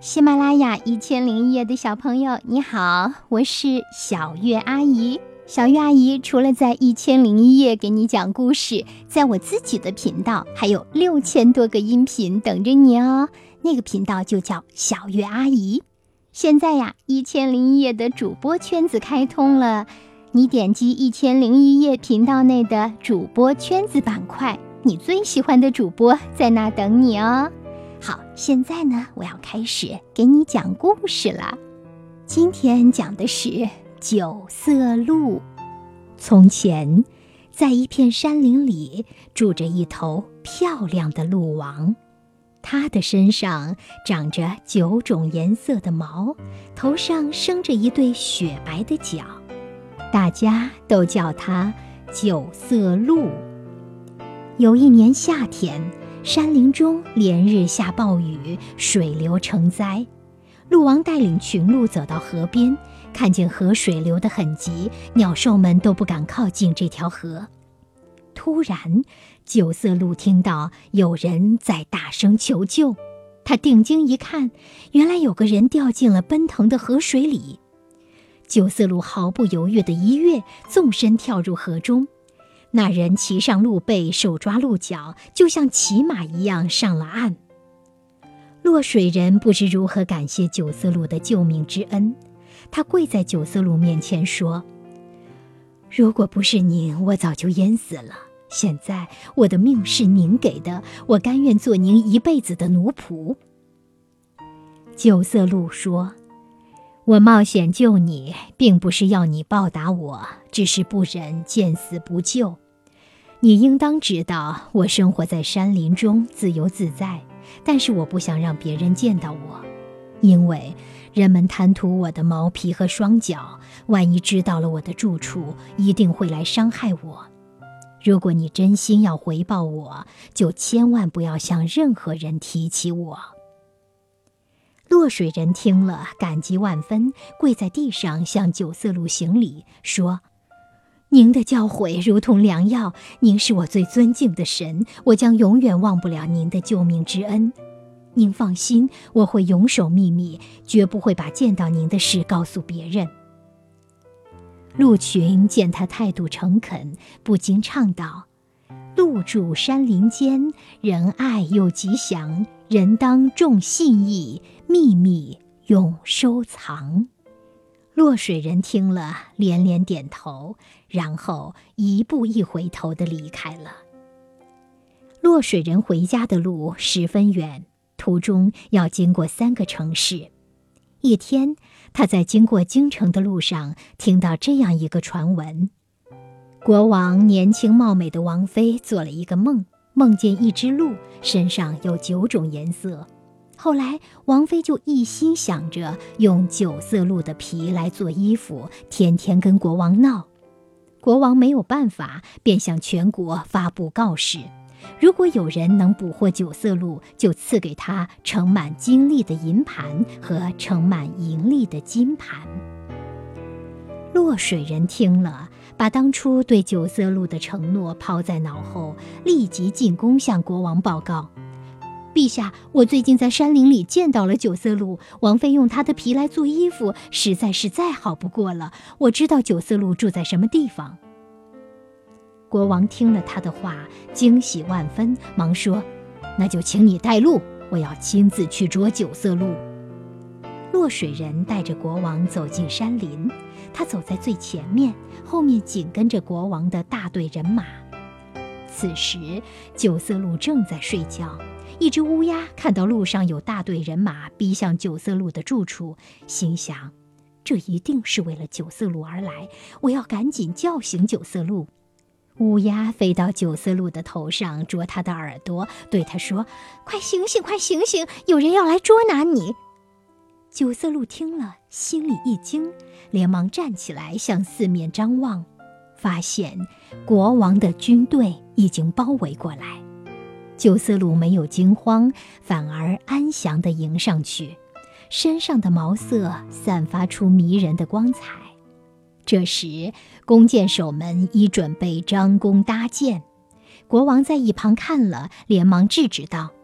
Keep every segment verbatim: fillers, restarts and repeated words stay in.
喜马拉雅一千零一夜的小朋友你好，我是小月阿姨。小月阿姨除了在一千零一夜给你讲故事，在我自己的频道还有六千多个音频等着你哦，那个频道就叫小月阿姨。现在呀，一千零一夜的主播圈子开通了，你点击一千零一夜频道内的主播圈子板块，你最喜欢的主播在那等你哦。好，现在呢，我要开始给你讲故事了。今天讲的是九色鹿。从前，在一片山林里住着一头漂亮的鹿王，它的身上长着九种颜色的毛，头上生着一对雪白的角，大家都叫它九色鹿。有一年夏天，山林中连日下暴雨，水流成灾。鹿王带领群鹿走到河边，看见河水流的很急，鸟兽们都不敢靠近这条河。突然，九色鹿听到有人在大声求救，他定睛一看，原来有个人掉进了奔腾的河水里。九色鹿毫不犹豫地一跃，纵身跳入河中。那人骑上鹿背，手抓鹿角，就像骑马一样上了岸。落水人不知如何感谢九色鹿的救命之恩，他跪在九色鹿面前说：如果不是您，我早就淹死了。现在我的命是您给的，我甘愿做您一辈子的奴仆。九色鹿说：我冒险救你，并不是要你报答我，只是不忍见死不救。你应当知道，我生活在山林中，自由自在，但是我不想让别人见到我，因为人们贪图我的毛皮和双脚，万一知道了我的住处，一定会来伤害我。如果你真心要回报我，就千万不要向任何人提起我。落水人听了，感激万分，跪在地上向九色鹿行礼，说：您的教诲如同良药，您是我最尊敬的神，我将永远忘不了您的救命之恩。您放心，我会永守秘密，绝不会把见到您的事告诉别人。鹿群见他态度诚恳，不禁唱道：鹿住山林间，仁爱又吉祥，人当重信义，秘密永收藏。落水人听了，连连点头，然后一步一回头地离开了。落水人回家的路十分远，途中要经过三个城市。一天，他在经过京城的路上，听到这样一个传闻：国王年轻貌美的王妃做了一个梦，梦见一只鹿，身上有九种颜色。后来王妃就一心想着用九色鹿的皮来做衣服，天天跟国王闹。国王没有办法，便向全国发布告示，如果有人能捕获九色鹿，就赐给他盛满金粒的银盘和盛满银粒的金盘。落水人听了，把当初对九色鹿的承诺抛在脑后，立即进宫向国王报告：陛下，我最近在山林里见到了九色鹿，王妃用它的皮来做衣服，实在是再好不过了。我知道九色鹿住在什么地方。国王听了他的话，惊喜万分，忙说：那就请你带路，我要亲自去捉九色鹿。落水人带着国王走进山林，他走在最前面，后面紧跟着国王的大队人马。此时九色鹿正在睡觉，一只乌鸦看到路上有大队人马逼向九色鹿的住处，心想：这一定是为了九色鹿而来，我要赶紧叫醒九色鹿。乌鸦飞到九色鹿的头上，啄它的耳朵，对它说：快醒醒，快醒醒，有人要来捉拿你。九色鹿听了，心里一惊，连忙站起来向四面张望，发现国王的军队已经包围过来。九色鹿没有惊慌，反而安详地迎上去，身上的毛色散发出迷人的光彩。这时，弓箭手们已准备张弓搭箭，国王在一旁看了，连忙制止道：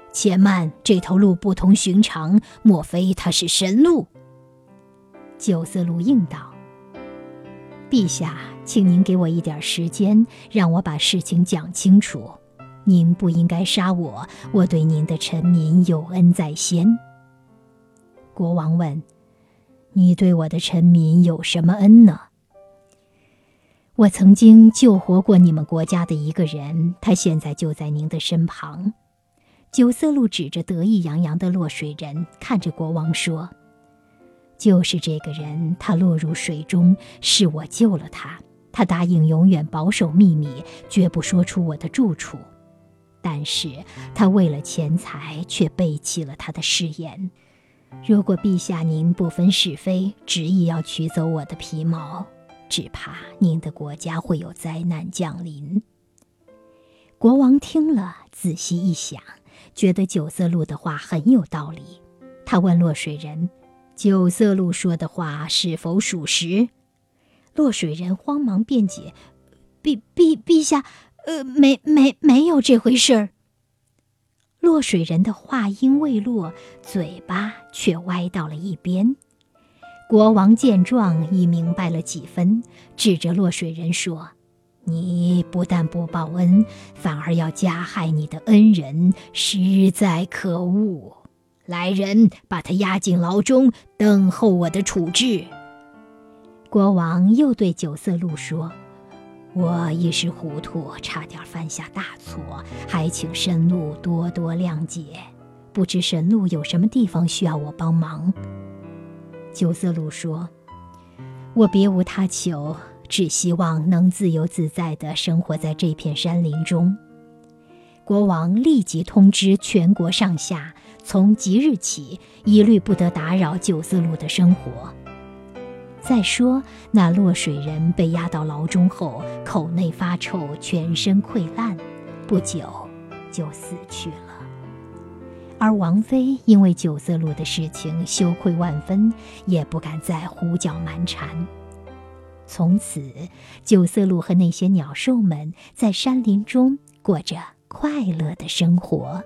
且慢，这头鹿不同寻常，莫非它是神鹿？九色鹿应道：陛下，请您给我一点时间，让我把事情讲清楚。您不应该杀我，我对您的臣民有恩在先。国王问：你对我的臣民有什么恩呢？我曾经救活过你们国家的一个人，他现在就在您的身旁。九色鹿指着得意洋洋的落水人，看着国王说：就是这个人，他落入水中，是我救了他。他答应永远保守秘密，绝不说出我的住处。但是他为了钱财，却背弃了他的誓言。如果陛下您不分是非，执意要取走我的皮毛，只怕您的国家会有灾难降临。国王听了，仔细一想，觉得九色鹿的话很有道理。他问落水人：九色鹿说的话是否属实？落水人慌忙辩解：陛陛陛下，呃，没没没有这回事儿。落水人的话音未落，嘴巴却歪到了一边。国王见状，已明白了几分，指着落水人说：你不但不报恩，反而要加害你的恩人，实在可恶。来人，把他押进牢中，等候我的处置。国王又对九色鹿说：我一时糊涂，差点犯下大错，还请神鹿多多谅解。不知神鹿有什么地方需要我帮忙？九色鹿说：我别无他求，只希望能自由自在地生活在这片山林中。国王立即通知全国上下，从即日起一律不得打扰九色鹿的生活。再说，那落水人被押到牢中后，口内发臭，全身溃烂，不久就死去了。而王妃因为九色鹿的事情羞愧万分，也不敢再胡搅蛮缠。从此，九色鹿和那些鸟兽们在山林中过着快乐的生活。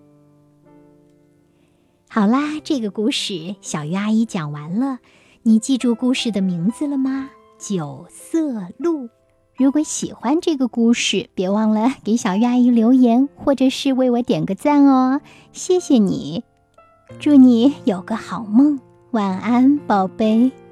好啦，这个故事小鱼阿姨讲完了。你记住故事的名字了吗？九色鹿。如果喜欢这个故事，别忘了给小鱼阿姨留言，或者是为我点个赞哦，谢谢你。祝你有个好梦，晚安，宝贝。